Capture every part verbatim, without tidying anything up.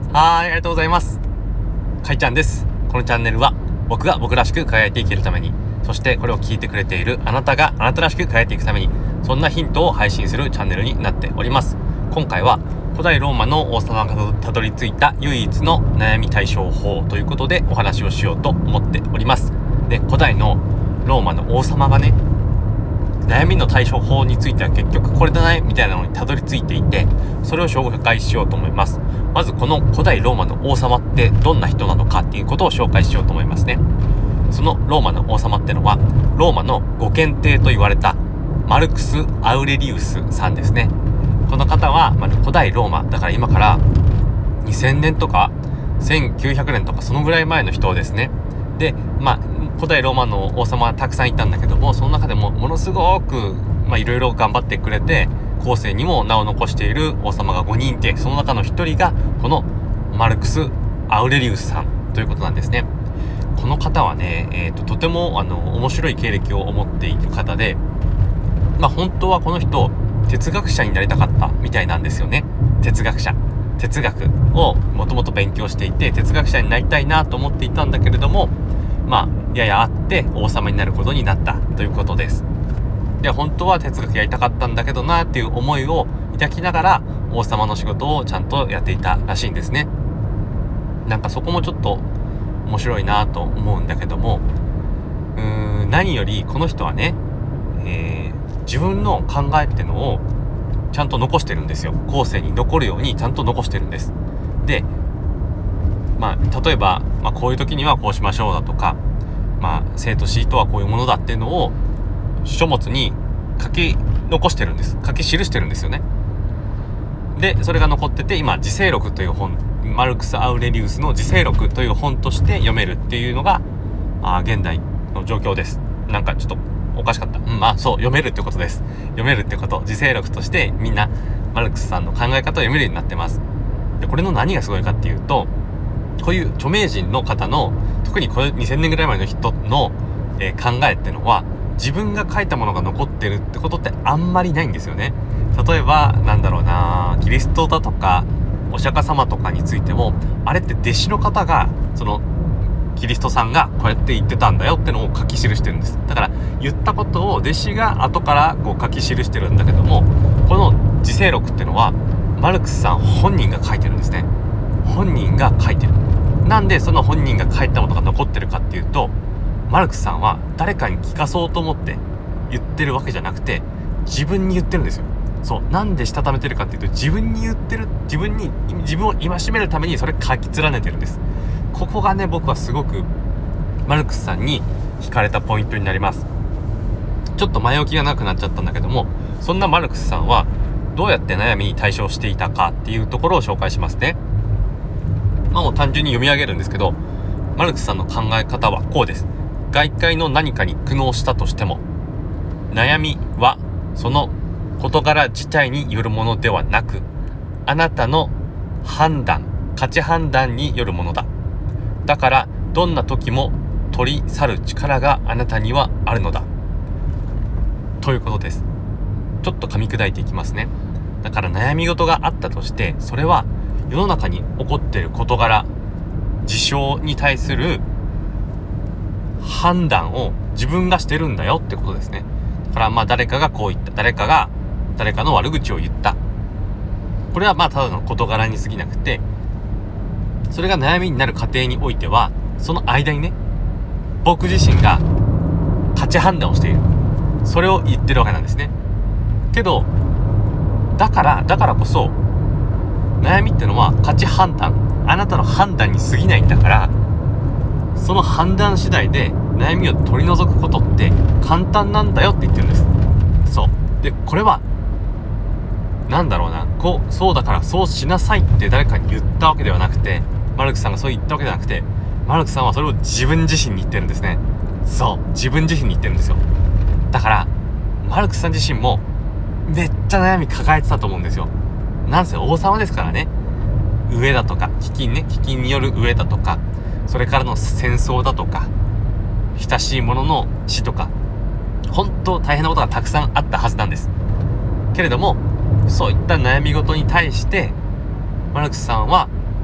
はい、ありがとうございます。かいちゃんです。このチャンネルは僕が僕らしく輝いていけるために、そしてこれを聞いてくれているあなたがあなたらしく輝いていくために、そんなヒントを配信するチャンネルになっております。今回は古代ローマの王様がたどり着いた唯一の悩み対処法ということでお話をしようと思っております。で、古代のローマの王様がね、悩みの対処法については結局これだねみたいなのにたどり着いていて、それを紹介しようと思います。まずこの古代ローマの王様ってどんな人なのかっていうことを紹介しようと思いますね。そのローマの王様ってのはローマのご検定と言われたマルクス・アウレリウスさんですね。この方は、まあ、古代ローマだから今からにせんねんとかせんきゅうひゃくねんとかそのぐらい前の人ですね。で、まあ古代ローマの王様はたくさんいたんだけども、その中でもものすごくまあいろいろ頑張ってくれて後世にも名を残している王様がごにんいて、その中のひとりがこのマルクス・アウレリウスさんということなんですね。この方はね、えーと、とてもあの面白い経歴を持っている方で、まあ本当はこの人哲学者になりたかったみたいなんですよね。哲学者哲学をもともと勉強していて、哲学者になりたいなと思っていたんだけれども、まあややあって王様になることになったということです。で、本当は哲学やりたかったんだけどなっていう思いを抱きながら王様の仕事をちゃんとやっていたらしいんですね。なんかそこもちょっと面白いなと思うんだけども、うーん何よりこの人はね、えー、自分の考えってのをちゃんと残してるんですよ。後世に残るようにちゃんと残してるんです。で、まあ例えば、まあ、こういう時にはこうしましょうだとか、まあ生と死とはこういうものだっていうのを書物に書き残してるんです。書き記してるんですよね。で、それが残ってて、今自省録という本、マルクス・アウレリウスの自省録という本として読めるっていうのがあ現代の状況です。なんかちょっとおかしかった。うん、まあそう、読めるってことです。読めるってこと、自省録としてみんなマルクスさんの考え方を読めるようになってます。で、これの何がすごいかっていうと、こういう著名人の方の、特にこれにせんねんぐらい前の人の、えー、考えってのは自分が書いたものが残ってるってことってあんまりないんですよね。例えばなんだろうな、キリストだとかお釈迦様とかについても、あれって弟子の方がそのキリストさんがこうやって言ってたんだよってのを書き記してるんです。だから言ったことを弟子が後からこう書き記してるんだけども、この自省録ってのはマルクスさん本人が書いてるんですね。本人が書いてる。なんでその本人が書いたものが残ってるかっていうと、マルクスさんは誰かに聞かそうと思って言ってるわけじゃなくて、自分に言ってるんですよ。そう、なんでしたためてるかっていうと、自分に言ってる、自分に自分を戒めるためにそれ書き連ねてるんです。ここがね、僕はすごくマルクスさんに惹かれたポイントになります。ちょっと前置きがなくなっちゃったんだけども、そんなマルクスさんはどうやって悩みに対処していたかっていうところを紹介しますね。まあもう単純に読み上げるんですけど、マルクスさんの考え方はこうです。外界の何かに苦悩したとしても、悩みはその事柄自体によるものではなく、あなたの判断、価値判断によるものだ。だからどんな時も取り去る力があなたにはあるのだ。ということです。ちょっと噛み砕いていきますね。だから悩み事があったとして、それは世の中に起こっている事柄、事象に対する判断を自分がしてるんだよってことですね。だからまあ誰かがこう言った、誰かが誰かの悪口を言った、これはまあただの事柄に過ぎなくて、それが悩みになる過程においては、その間にね、僕自身が価値判断をしている、それを言ってるわけなんですね。けどだからだからこそ悩みってのは価値判断、あなたの判断に過ぎないんだから、その判断次第で悩みを取り除くことって簡単なんだよって言ってるんです。そうで、これはなんだろうな、こうそうだからそうしなさいって誰かに言ったわけではなくて、マルクスさんがそう言ったわけではなくて、マルクスさんはそれを自分自身に言ってるんですね。そう自分自身に言ってるんですよ。だからマルクスさん自身もめっちゃ悩み抱えてたと思うんですよ。なんせ王様ですからね。飢えだとか飢饉ね、飢饉による飢えだとか、それからの戦争だとか、親しい者の死とか、本当大変なことがたくさんあったはずなんです。けれどもそういった悩み事に対してマルクスさんは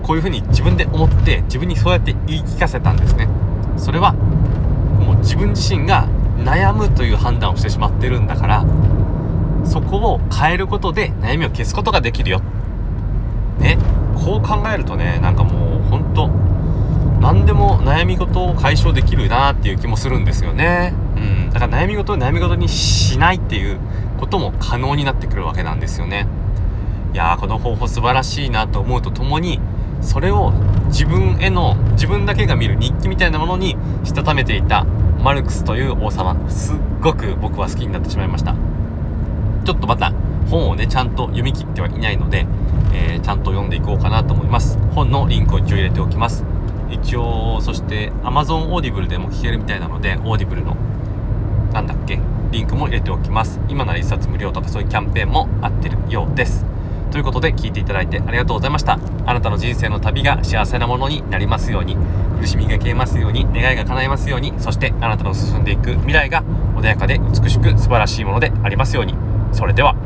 こういうふうに自分で思って自分にそうやって言い聞かせたんですね。それはもう自分自身が悩むという判断をしてしまってるんだから、そこを変えることで悩みを消すことができるよね。こう考えるとね、なんかもうほんと何でも悩み事を解消できるなっていう気もするんですよね。うん、だから悩み事を悩み事にしないっていうことも可能になってくるわけなんですよね。いやー、この方法素晴らしいなと思うとともに、それを自分への自分だけが見る日記みたいなものにしたためていたマルクスという王様、すっごく僕は好きになってしまいました。ちょっとまた本をねちゃんと読み切ってはいないので、えー、ちゃんと読んでいこうかなと思います。本のリンクを一応入れておきます。一応そして Amazon Audible でも聞けるみたいなので、 Audible のなんだっけリンクも入れておきます。今なら一冊無料とかそういうキャンペーンも合ってるようです。ということで聞いていただいてありがとうございました。あなたの人生の旅が幸せなものになりますように、苦しみが消えますように、願いが叶いますように、そしてあなたの進んでいく未来が穏やかで美しく素晴らしいものでありますように。それでは。